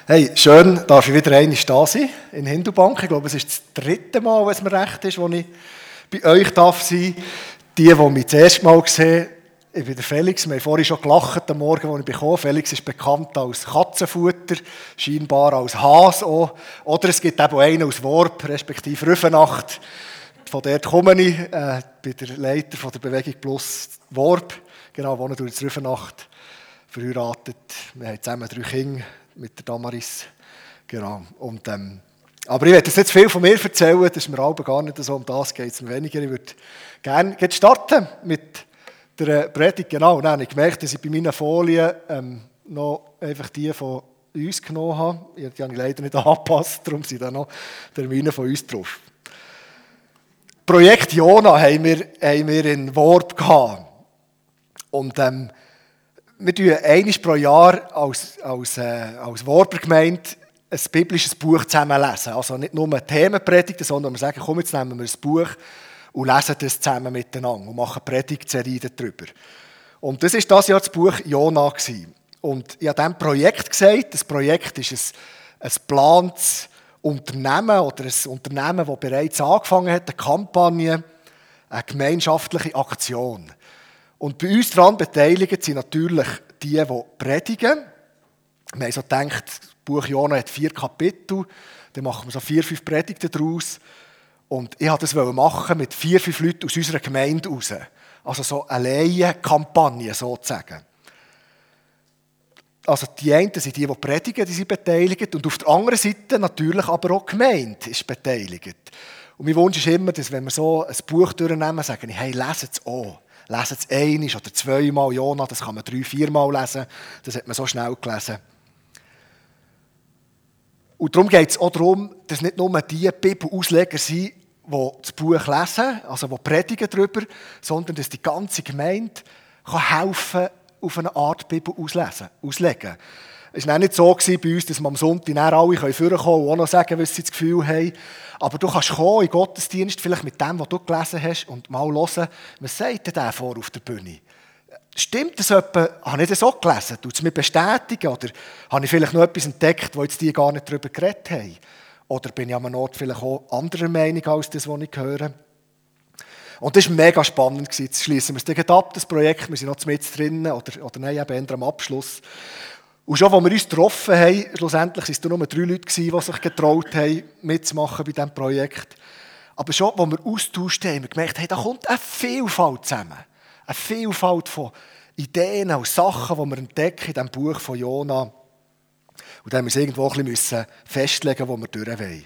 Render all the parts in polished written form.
Hey, schön, darf ich wieder einmal da sein in Hindubank. Ich glaube, es ist das 3. Mal, wenn es mir recht ist, wo ich bei euch darf sein. Die mich das erste Mal sehen, ich bin der Felix. Wir haben vorhin schon gelacht am Morgen, als ich kam. Felix ist bekannt als Katzenfutter, scheinbar als Hase auch. Oder es gibt eben einen aus Worp, respektive Rüfenacht. Von dort komme ich, bin der Leiter von der Bewegung Plus Worp. Genau, wohne durch die Rüfenacht, verheiratet. Wir haben zusammen 3 Kinder mit der Damaris. Genau. Und, aber ich werde jetzt nicht viel von mir erzählen, das ist mir aber gar nicht so, um das geht es mir weniger. Ich würde gerne starten mit der Predigt. Genau, dann habe ich gemerkt, dass ich bei meinen Folien noch einfach die von uns genommen habe. Die habe ich leider nicht angepasst, darum sind da noch Termine von uns drauf. Projekt Jona haben wir in Worp gehabt. Und wir lesen einmal pro Jahr als Worper Gemeinde ein biblisches Buch zusammen lesen. Also nicht nur Themenpredigten, sondern wir sagen, komm, jetzt nehmen wir ein Buch und lesen das zusammen miteinander und machen Predigtserien darüber. Und das war dieses Jahr das Buch Jona. Und ich habe diesem Projekt gesagt, das Projekt ist ein geplantes Unternehmen oder ein Unternehmen, das bereits angefangen hat, eine Kampagne, eine gemeinschaftliche Aktion. Und bei uns daran beteiligt sind natürlich die predigen. Wir haben so gedacht, das Buch Jona hat 4 Kapitel, dann machen wir so 4, 5 Predigten daraus. Und ich wollte das machen mit 4, 5 Leuten aus unserer Gemeinde raus. Also so eine Laienkampagne sozusagen. Also die einen sind die predigen, die sind beteiligt. Und auf der anderen Seite natürlich aber auch die Gemeinde ist beteiligt. Und mein Wunsch ist immer, dass wenn wir so ein Buch durchnehmen, sagen wir, hey, lesen es auch. Lesen es 1 oder 2 Mal Jona, das kann man 3, 4 Mal lesen. Das hat man so schnell gelesen. Und darum geht es auch darum, dass nicht nur die Bibelausleger sind, die das Buch lesen, also die predigen darüber, sondern dass die ganze Gemeinde helfen kann, auf eine Art Bibel auslegen. Es war nicht so bei uns, dass wir am Sonntag alle vorkommen und auch noch sagen, was sie das Gefühl haben. Aber du kannst kommen in den Gottesdienst, vielleicht mit dem, was du gelesen hast, und mal hören, was sagt denn der vor auf der Bühne? Stimmt das etwa? Habe ich das auch gelesen? Tut es mir bestätigen? Oder habe ich vielleicht noch etwas entdeckt, wo jetzt die gar nicht darüber geredet haben? Oder bin ich an einem Ort vielleicht auch anderer Meinung als das, was ich höre? Und das war mega spannend. Jetzt schließen wir es dann ab, das Projekt. Wir sind noch mit drin, oder nein, eben eher am Abschluss. Und schon, als wir uns getroffen haben, schlussendlich waren es nur 3 Leute, die sich getraut haben, mitzumachen bei diesem Projekt. Aber schon, als wir austauscht haben, haben wir gemerkt, hey, da kommt eine Vielfalt zusammen. Eine Vielfalt von Ideen und Sachen, die wir entdecken in diesem Buch von Jona. Und dann haben wir es irgendwo ein bisschen festlegen, wo wir durch wollen.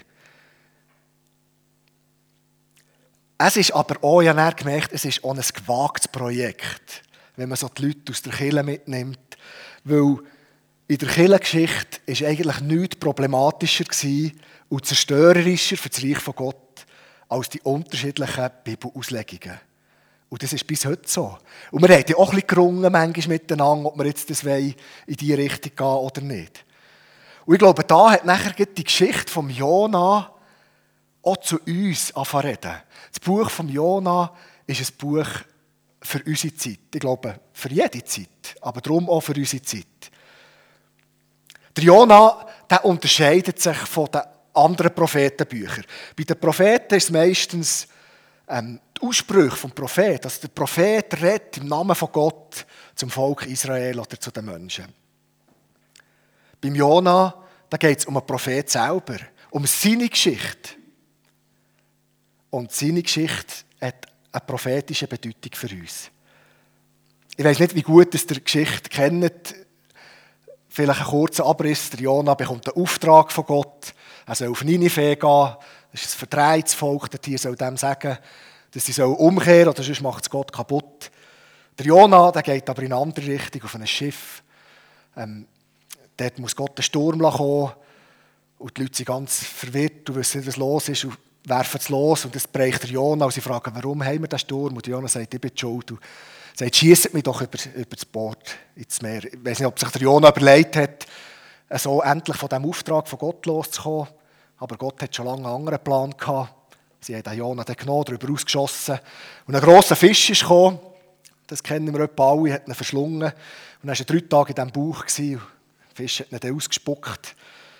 Es ist aber auch, ich habe gemerkt, es ist auch ein gewagtes Projekt, wenn man so die Leute aus der Kirche mitnimmt. Weil in der Kirchengeschichte war eigentlich nichts problematischer und zerstörerischer für das Reich von Gott als die unterschiedlichen Bibelauslegungen. Und das ist bis heute so. Und wir haben ja auch ein bisschen gerungen manchmal miteinander, ob wir jetzt das in diese Richtung gehen oder nicht. Und ich glaube, da hat nachher die Geschichte von Jona auch zu uns angefangen. Das Buch von Jona ist ein Buch für unsere Zeit. Ich glaube, für jede Zeit, aber darum auch für unsere Zeit. Der Jona, der unterscheidet sich von den anderen Prophetenbüchern. Bei den Propheten ist es meistens die Aussprüche vom Prophet. Also der Prophet redet im Namen von Gott zum Volk Israel oder zu den Menschen. Beim Jona, da geht es um den Prophet selber, um seine Geschichte. Und seine Geschichte hat eine prophetische Bedeutung für uns. Ich weiss nicht, wie gut ihr die Geschichte kennt. Vielleicht ein kurzer Abriss. Der Jona bekommt einen Auftrag von Gott. Er soll auf Ninive gehen. Das ist ein verdrehtes Volk. Der Tier soll dem sagen, dass sie umkehren sollen, oder sonst macht es Gott kaputt. Der Jona, der geht aber in eine andere Richtung, auf ein Schiff. Dort muss Gott einen Sturm kommen. Und die Leute sind ganz verwirrt und wissen nicht, was los ist. Und werfen es los. Und das bricht der Jona. Und sie fragen, warum haben wir diesen Sturm? Und der Jona sagt, ich bin die Schuld. Und sagt, schiesst mich doch über das Boot ins Meer. Ich weiß nicht, ob sich der Jona überlegt hat, so endlich von diesem Auftrag von Gott loszukommen. Aber Gott hat schon lange einen anderen Plan gehabt. Sie haben den Jona genommen, darüber ausgeschossen. Und ein grosser Fisch ist gekommen. Das kennen wir etwa alle, hat ihn verschlungen. Und dann war er 3 Tage in diesem Bauch. Und der Fisch hat ihn dann ausgespuckt.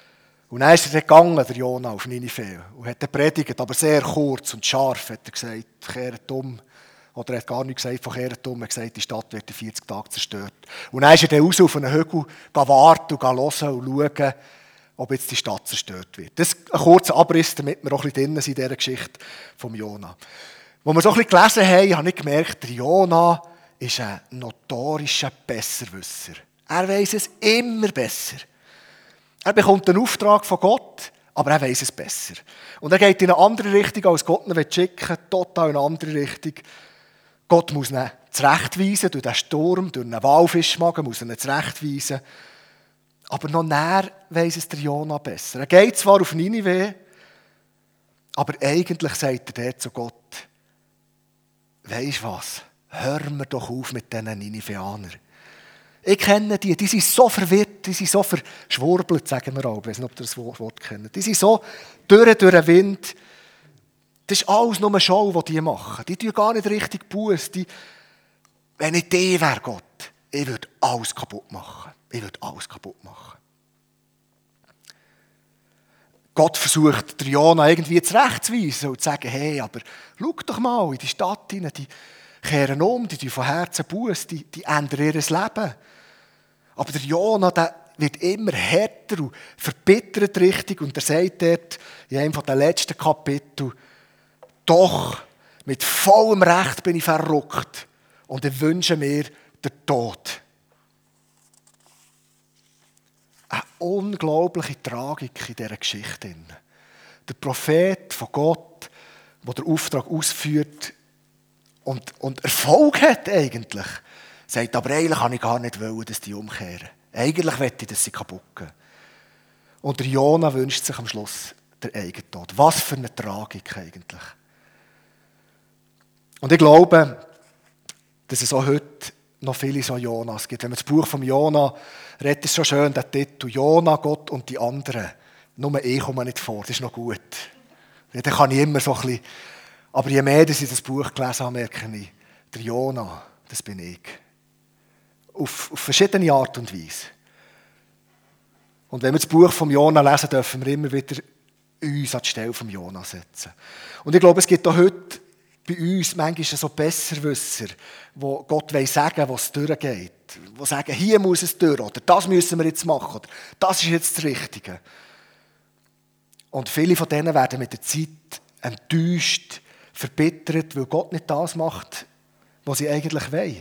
Und dann ist er dann gegangen, der Jona, auf Ninive und hat dann predigt, aber sehr kurz und scharf, hat er gesagt, kehrt um. Oder er hat gar nichts gesagt von kehrt um, er hat gesagt, die Stadt wird in 40 Tagen zerstört. Und dann ist er dann raus auf einen Hügel, warten und hören und schauen, ob jetzt die Stadt zerstört wird. Das ist ein kurzer Abriss, damit wir auch ein bisschen drin sind in dieser Geschichte vom Jona. Als wir so ein bisschen gelesen haben, habe ich gemerkt, der Jona ist ein notorischer Besserwisser. Er weiss es immer besser. Er bekommt einen Auftrag von Gott, aber er weiss es besser. Und er geht in eine andere Richtung, als Gott ihn schicken will, total in eine andere Richtung. Gott muss ihn zurechtweisen, durch den Sturm, durch einen Walfischmagen muss er ihn zurechtweisen. Aber noch näher weiss es der Jona besser. Er geht zwar auf Ninive, aber eigentlich sagt er dort zu Gott, weisst was, hör mir doch auf mit diesen Niniveanern. Ich kenne die sind so verwirrt, die sind so verschwurbelt, sagen wir auch. Ich weiß nicht, ob ihr das Wort kennt. Die sind so durch den Wind. Das ist alles nur eine Show, die machen. Die tun gar nicht richtig Buß. Wenn ich die wäre, Gott, ich würde alles kaputt machen. Ich würde alles kaputt machen. Gott versucht, Jona irgendwie zurechtzuweisen und zu sagen, hey, aber schau doch mal in die Stadt hinein, die kehren um, die tun von Herzen Buß, die ändern ihr Leben. Aber der Jona, der wird immer härter und verbittert richtig. Und er sagt dort in einem der letzten Kapitel, doch, mit vollem Recht bin ich verrückt und ich wünsche mir den Tod. Eine unglaubliche Tragik in dieser Geschichte. Der Prophet von Gott, der den Auftrag ausführt und Erfolg hat eigentlich, sagt, aber eigentlich kann ich gar nicht wollen, dass die umkehren. Eigentlich möchte ich, dass sie kaputt gehen. Und der Jona wünscht sich am Schluss den eigenen Tod. Was für eine Tragik eigentlich. Und ich glaube, dass es auch heute noch viele so Jonas gibt. Wenn man das Buch von Jona redet, ist es schon schön, der Titel Jona, Gott und die anderen. Nur ich komme nicht vor, das ist noch gut. Ja, dann kann ich immer so ein bisschen... Aber je mehr dass ich das Buch gelesen habe, merke ich, der Jona, das bin ich. Auf verschiedene Art und Weise. Und wenn wir das Buch von Jona lesen, dürfen wir immer wieder uns an die Stelle von Jona setzen. Und ich glaube, es gibt auch heute bei uns manchmal so Besserwisser, wo Gott sagen will, wo es durchgeht. Die sagen, hier muss es durch, oder das müssen wir jetzt machen, oder das ist jetzt das Richtige. Und viele von denen werden mit der Zeit enttäuscht, verbittert, weil Gott nicht das macht, was sie eigentlich wollen.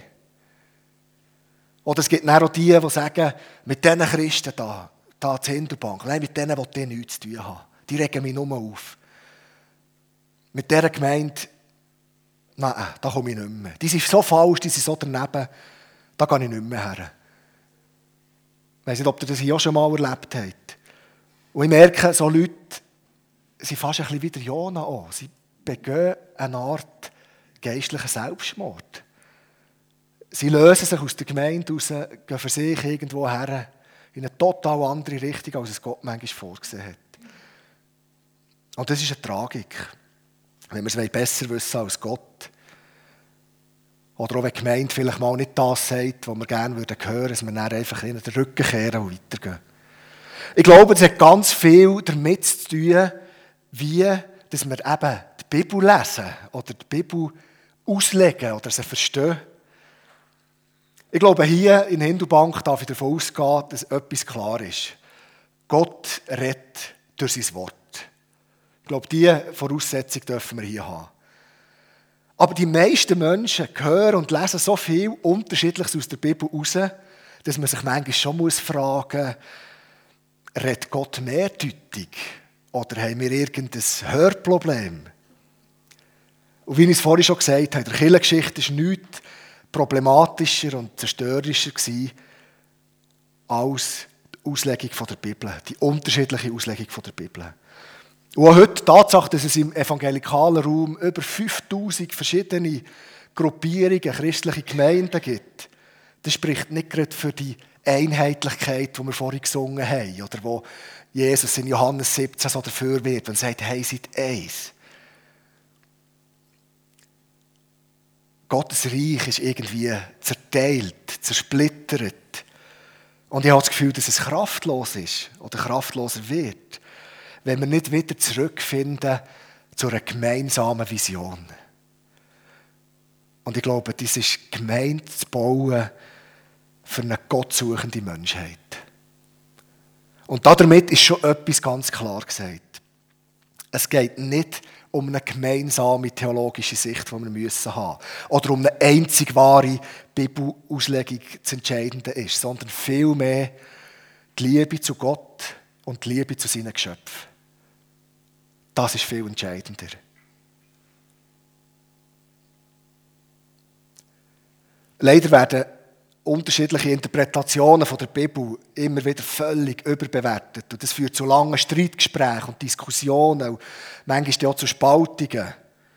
Oder es gibt auch die, die sagen, mit diesen Christen da zur Hinterbank, nein, mit denen will ich nichts zu tun haben. Die regen mich nur auf. Mit dieser Gemeinde, nein, da komme ich nicht mehr. Die sind so falsch, die sind so daneben, da gehe ich nicht mehr her. Ich weiss nicht, ob ihr das hier auch schon mal erlebt habt. Und ich merke, so Leute sind fast ein bisschen wie der Jona auch. Sie begehen eine Art geistlichen Selbstmord. Sie lösen sich aus der Gemeinde raus, gehen für sich irgendwo her, in eine total andere Richtung, als es Gott manchmal vorgesehen hat. Und das ist eine Tragik. Wenn wir es besser wissen als Gott. Oder auch wenn die Gemeinde vielleicht mal nicht das sagt, was wir gerne hören würden, dass wir dann einfach in den Rücken kehren und weitergehen. Ich glaube, das hat ganz viel damit zu tun, wie dass wir eben die Bibel lesen oder die Bibel auslegen oder sie verstehen. Ich glaube, hier in Hindubank darf ich davon ausgehen, dass etwas klar ist. Gott redet durch sein Wort. Ich glaube, diese Voraussetzung dürfen wir hier haben. Aber die meisten Menschen hören und lesen so viel Unterschiedliches aus der Bibel raus, dass man sich manchmal schon fragen muss, redet Gott mehrdeutig? Oder haben wir irgendein Hörproblem? Und wie ich es vorhin schon gesagt habe, die Kirchengeschichte war nichts problematischer und zerstörerischer als die Auslegung der Bibel, die unterschiedliche Auslegung der Bibel. Und auch heute die Tatsache, dass es im evangelikalen Raum über 5000 verschiedene Gruppierungen, christliche Gemeinden gibt, das spricht nicht gerade für die Einheitlichkeit, die wir vorhin gesungen haben, oder wo Jesus in Johannes 17 so dafür wird, wenn er sagt, hey, seid eins. Gottes Reich ist irgendwie zerteilt, zersplittert. Und ich habe das Gefühl, dass es kraftlos ist oder kraftloser wird, wenn wir nicht wieder zurückfinden zu einer gemeinsamen Vision. Und ich glaube, das ist gemeint zu bauen für eine gottsuchende Menschheit. Und damit ist schon etwas ganz klar gesagt. Es geht nicht um eine gemeinsame theologische Sicht, die wir haben müssen. Oder um eine einzig wahre Bibelauslegung das Entscheidende ist, sondern vielmehr die Liebe zu Gott und die Liebe zu seinen Geschöpfen. Das ist viel entscheidender. Leider werden unterschiedliche Interpretationen von der Bibel immer wieder völlig überbewertet. Und das führt zu langen Streitgesprächen und Diskussionen und manchmal auch zu Spaltungen.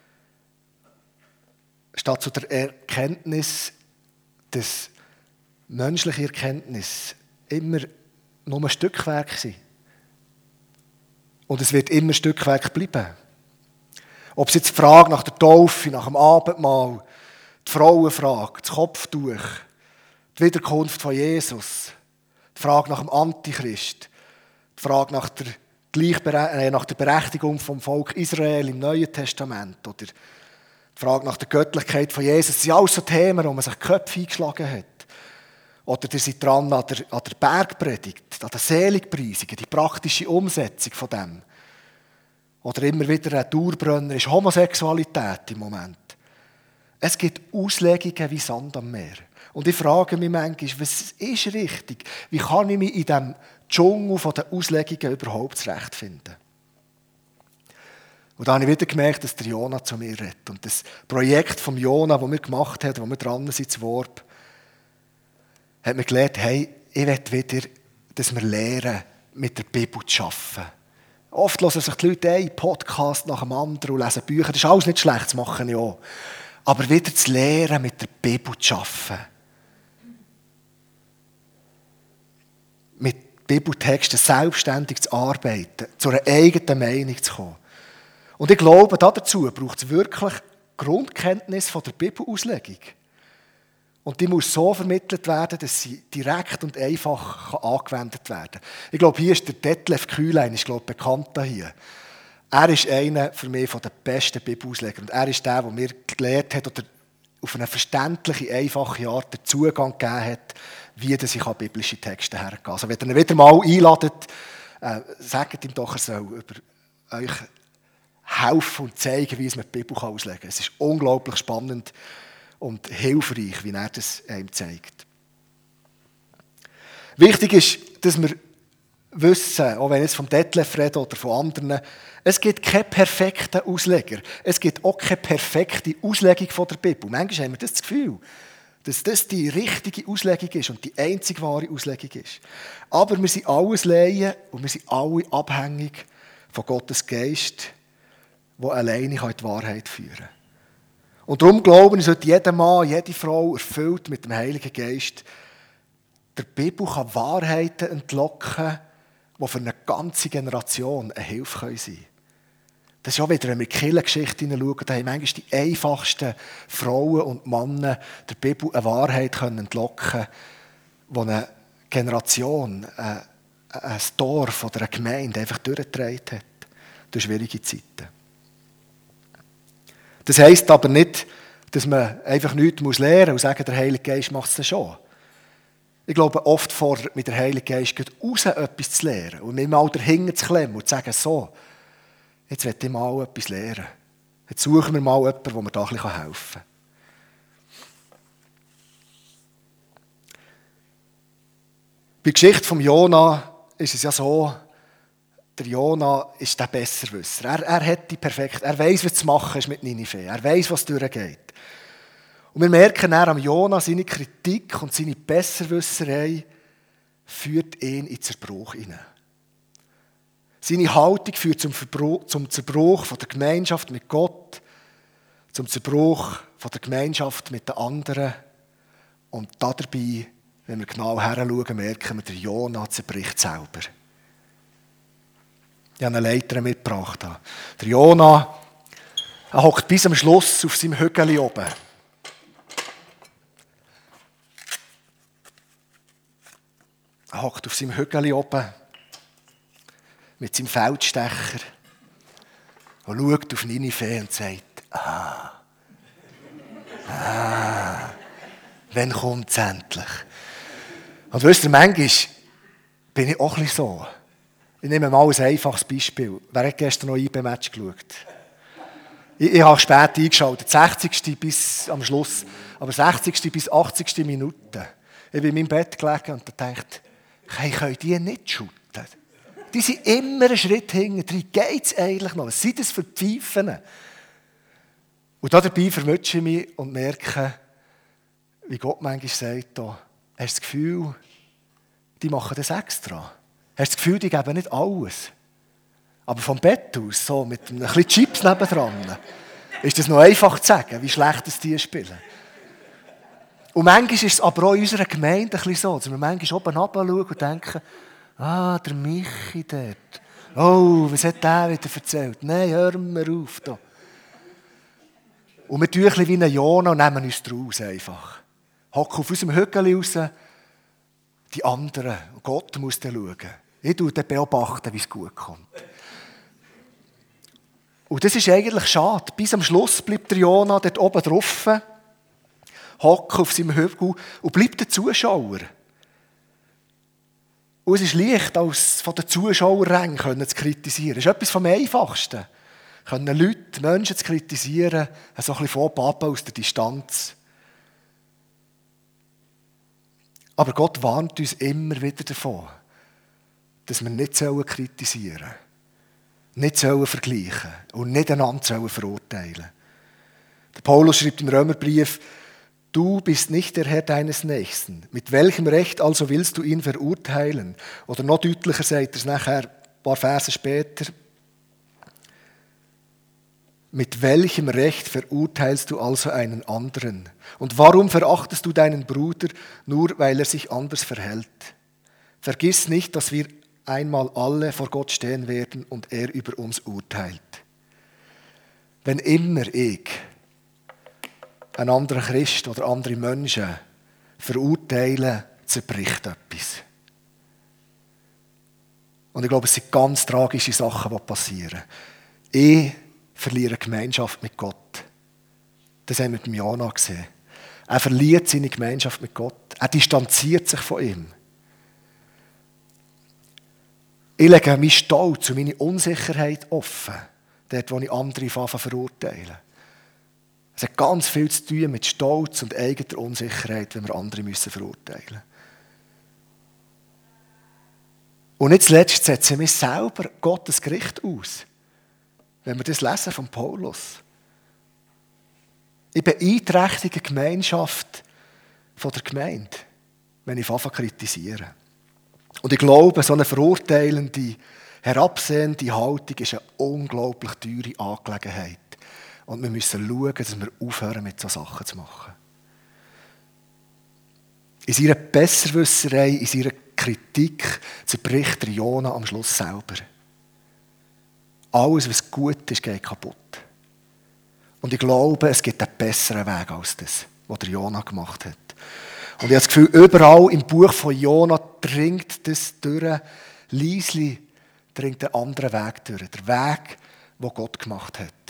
Statt zu der Erkenntnis, dass menschliche Erkenntnis immer nur ein Stückwerk sind. Und es wird immer ein Stückwerk bleiben. Ob es jetzt die Frage nach der Taufe, nach dem Abendmahl, die Frauenfrage, das Kopftuch, die Wiederkunft von Jesus, die Frage nach dem Antichrist, die Frage nach der Berechtigung vom Volk Israel im Neuen Testament oder die Frage nach der Göttlichkeit von Jesus, das sind alles so Themen, wo man sich die Köpfe eingeschlagen hat. Oder ihr seid dran an der Bergpredigt, an den Seligpreisungen, die praktische Umsetzung von dem. Oder immer wieder ein Dauerbrenner ist Homosexualität im Moment. Es gibt Auslegungen wie Sand am Meer. Und ich frage mich manchmal, was ist richtig? Wie kann ich mich in diesem Dschungel der Auslegungen überhaupt zurechtfinden? Und da habe ich wieder gemerkt, dass der Jona zu mir redet. Und das Projekt vom Jona, das wir gemacht haben, wo wir dran sind, zu Worb, hat mir gelernt, hey, ich will wieder, dass wir lernen, mit der Bibel zu arbeiten. Oft hören sich die Leute einen Podcast nach dem anderen und lesen Bücher. Das ist alles nicht schlecht, das mache ich auch. Aber wieder zu lernen, mit der Bibel zu arbeiten. Mit Bibeltexten selbstständig zu arbeiten, zu einer eigenen Meinung zu kommen. Und ich glaube, dazu braucht es wirklich Grundkenntnis von der Bibelauslegung. Und die muss so vermittelt werden, dass sie direkt und einfach angewendet werden kann. Ich glaube, hier ist der Detlef Kühlein, ist bekannt hier. Er ist einer für mich der besten Bibelausleger. Und er ist der mir gelehrt hat oder auf eine verständliche, einfache Art den Zugang gegeben hat, wie ich an biblische Texte hergehe. Also wenn ihr ihn wieder mal einladet, sagt ihm doch, er soll über euch helfen und zeigen, wie es mit der Bibel auslegen kann. Es ist unglaublich spannend und hilfreich, wie er das einem zeigt. Wichtig ist, dass wir wissen, auch wenn ich jetzt vom Detlef rede oder von anderen, es gibt keinen perfekten Ausleger. Es gibt auch keine perfekte Auslegung von der Bibel. Manchmal haben wir das Gefühl, dass das die richtige Auslegung ist und die einzig wahre Auslegung ist. Aber wir sind alles Laien und wir sind alle abhängig von Gottes Geist, der alleine die Wahrheit führen kann. Und darum glaube ich, sollte jeder Mann, jede Frau erfüllt mit dem Heiligen Geist der Bibel kann Wahrheiten entlocken, die für eine ganze Generation eine Hilfe sein können. Das ist auch wieder, wenn wir in die Kirchengeschichte hineinschauen, da haben manchmal die einfachsten Frauen und Männer der Bibel eine Wahrheit entlocken können, die eine Generation, ein Dorf oder eine Gemeinde einfach durchgetragen hat durch schwierige Zeiten. Das heisst aber nicht, dass man einfach nichts lernen muss und sagen, der Heilige Geist macht es dann schon. Ich glaube, oft fordert mich der Heilige Geist raus, etwas zu lernen und nicht mal dahinter zu klemmen und zu sagen, so, jetzt will ich mal etwas lernen. Jetzt suchen wir mal jemanden, der mir da ein bisschen helfen kann. Bei der Geschichte von Jona ist es ja so, der Jona ist der Besserwisser. Er hat die perfekt. Er weiß, was zu machen ist mit Ninive. Er weiß, was durchgeht. Und wir merken dann am Jona, seine Kritik und seine Besserwisserei führt ihn in den Zerbruch hinein. Seine Haltung führt zum Zerbruch von der Gemeinschaft mit Gott, zum Zerbruch von der Gemeinschaft mit den anderen. Und dabei, wenn wir genau heranschauen, merken wir, der Jona zerbricht selber. Ich habe eine Leiter mitgebracht. Der Jona, er hockt bis am Schluss auf seinem Hügel oben. Er hockt auf seinem Hügel oben mit seinem Feldstecher und schaut auf Ninive und sagt, wann kommt es endlich? Und wisst ihr, manchmal bin ich auch ein bisschen so. Ich nehme mal ein einfaches Beispiel. Wer hat gestern noch IB-Match geschaut? Ich habe spät eingeschaltet, 60. bis am Schluss, aber 60. bis 80. Minute. Ich bin in meinem Bett gelegen und dachte, hey, können die nicht shooten? Die sind immer einen Schritt hinten drin. Geht es eigentlich noch? Was sind das für Pfeifen? Und dabei verwünsche ich mich und merke, wie Gott manchmal sagt, da, hast du das Gefühl, die machen das extra? Hast du das Gefühl, die geben nicht alles? Aber vom Bett aus, so mit ein bisschen Chips nebendran, ist das noch einfach zu sagen, wie schlecht es die spielen. Und manchmal ist es aber auch in unserer Gemeinde ein bisschen so, dass wir manchmal oben runter schauen und denken, der Michi dort. Oh, was hat der wieder erzählt? Nein, hör mir auf. Da. Und wir tun ein bisschen wie ein Jona und nehmen uns draus einfach. Hocken auf unserem Hügel raus, die anderen. Und Gott muss dann schauen. Ich tue dann beobachten, wie es gut kommt. Und das ist eigentlich schade. Bis am Schluss bleibt der Jona dort oben drauf, hockt auf seinem Hügel und bleibt der Zuschauer. Und es ist leicht, als von den Zuschauerrängen zu kritisieren. Das ist etwas vom Einfachsten. Können Leute, Menschen zu kritisieren, so ein bisschen von oben aus der Distanz. Aber Gott warnt uns immer wieder davon, dass wir nicht kritisieren sollen, nicht vergleichen und nicht einander verurteilen sollen. Der Paulus schreibt im Römerbrief, du bist nicht der Herr deines Nächsten. Mit welchem Recht also willst du ihn verurteilen? Oder noch deutlicher sagt er es nachher, ein paar Verse später. Mit welchem Recht verurteilst du also einen anderen? Und warum verachtest du deinen Bruder, nur weil er sich anders verhält? Vergiss nicht, dass wir einmal alle vor Gott stehen werden und er über uns urteilt. Wenn immer ich einen anderen Christ oder andere Menschen verurteilen, zerbricht etwas. Und ich glaube, es sind ganz tragische Sachen, die passieren. Ich verliere Gemeinschaft mit Gott. Das haben wir beim Jona gesehen. Er verliert seine Gemeinschaft mit Gott. Er distanziert sich von ihm. Ich lege meinen Stolz und meine Unsicherheit offen, dort, wo ich andere verurteile. Es hat ganz viel zu tun mit Stolz und eigener Unsicherheit, wenn wir andere verurteilen müssen. Und nicht zuletzt setzen wir selber Gottes Gericht aus. Wenn wir das lesen von Paulus. Ich beeinträchtige die Gemeinschaft von der Gemeinde, wenn ich anfange zu kritisieren. Und ich glaube, so eine verurteilende, herabsehende Haltung ist eine unglaublich teure Angelegenheit. Und wir müssen schauen, dass wir aufhören, mit solchen Sachen zu machen. In seiner Besserwisserei, in seiner Kritik zerbricht der Jona am Schluss selber. Alles, was gut ist, geht kaputt. Und ich glaube, es gibt einen besseren Weg als das, was der Jona gemacht hat. Und ich habe das Gefühl, überall im Buch von Jona dringt das durch, leislich dringt der andere Weg durch. Der Weg, den Gott gemacht hat.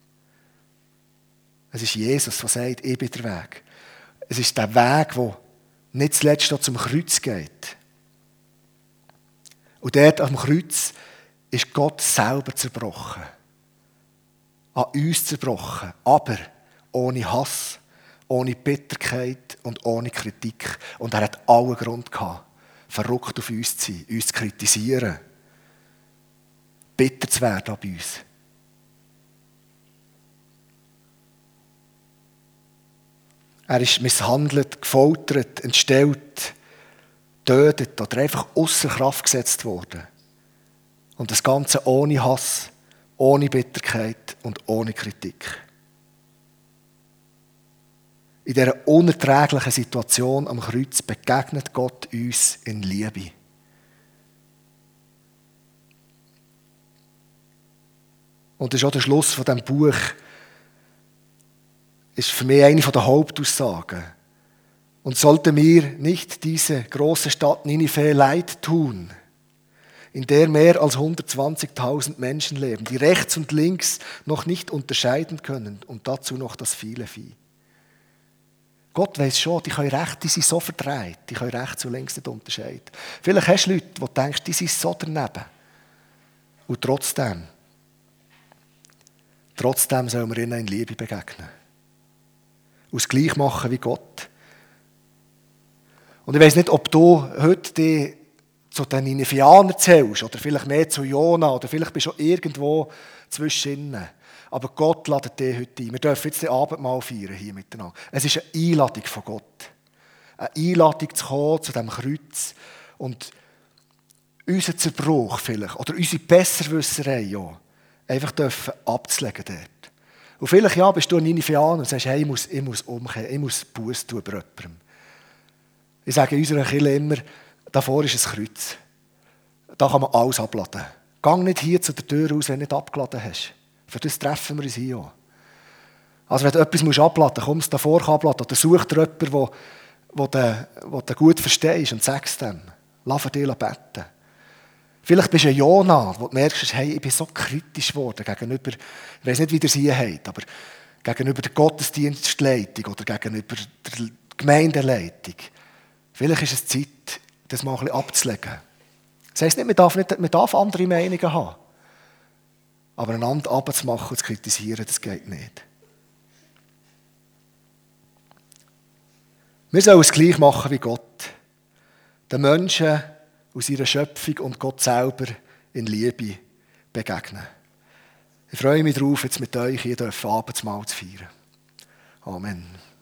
Es ist Jesus, der sagt, ich bin der Weg. Es ist der Weg, der nicht zuletzt noch zum Kreuz geht. Und dort am Kreuz ist Gott selber zerbrochen. An uns zerbrochen. Aber ohne Hass, ohne Bitterkeit und ohne Kritik. Und er hat allen Grund gehabt, verrückt auf uns zu sein, uns zu kritisieren, bitter zu werden bei uns. Er ist misshandelt, gefoltert, entstellt, getötet oder einfach außer Kraft gesetzt worden. Und das Ganze ohne Hass, ohne Bitterkeit und ohne Kritik. In dieser unerträglichen Situation am Kreuz begegnet Gott uns in Liebe. Und das ist auch der Schluss von diesem Buch. Ist für mich eine der Hauptaussagen. Und sollte mir nicht diese große Stadt Ninive leid tun, in der mehr als 120.000 Menschen leben, die rechts und links noch nicht unterscheiden können und dazu noch das viele Vieh. Gott weiss schon, die sind so verdreht, die können rechts und links nicht unterscheiden. Vielleicht hast du Leute, die denkst, die sind so daneben. Und trotzdem sollen wir ihnen in Liebe begegnen. Und es gleich machen wie Gott. Und ich weiss nicht, ob du heute dich zu den Ninivianern zählst oder vielleicht mehr zu Jona oder vielleicht bist du schon irgendwo zwischen. Aber Gott lädt dich heute ein. Wir dürfen jetzt den Abendmahl feiern hier miteinander. Es ist eine Einladung von Gott. Eine Einladung zu kommen zu diesem Kreuz und unseren Zerbruch vielleicht oder unsere Besserwisserei ja, einfach dürfen abzulegen dort. Und vielleicht ja, bist du ein Ninivianer und sagst, hey, ich muss umkehren, ich muss Buße tun bei jemandem. Ich sage in unserer Kirche immer, davor ist ein Kreuz. Da kann man alles abladen. Geh nicht hier zu der Tür raus, wenn du nicht abgeladen hast. Für das treffen wir uns hier auch. Also wenn du etwas abladen musst, komm es davor abladen. Oder such dir jemanden, den du gut verstehst und sagst dem. Lass für dich beten. Vielleicht bist du ein Jona, wo du merkst, hey, ich bin so kritisch geworden gegenüber, ich weiss nicht, wie ihr es hier habt, aber gegenüber der Gottesdienstleitung oder gegenüber der Gemeindeleitung. Vielleicht ist es Zeit, das mal ein bisschen abzulegen. Das heisst nicht, man darf andere Meinungen haben. Aber einander abzumachen und zu kritisieren, das geht nicht. Wir sollen es gleich machen wie Gott. Den Menschen aus ihrer Schöpfung und Gott selber in Liebe begegnen. Ich freue mich darauf, jetzt mit euch hier Abendmahl zu feiern. Amen.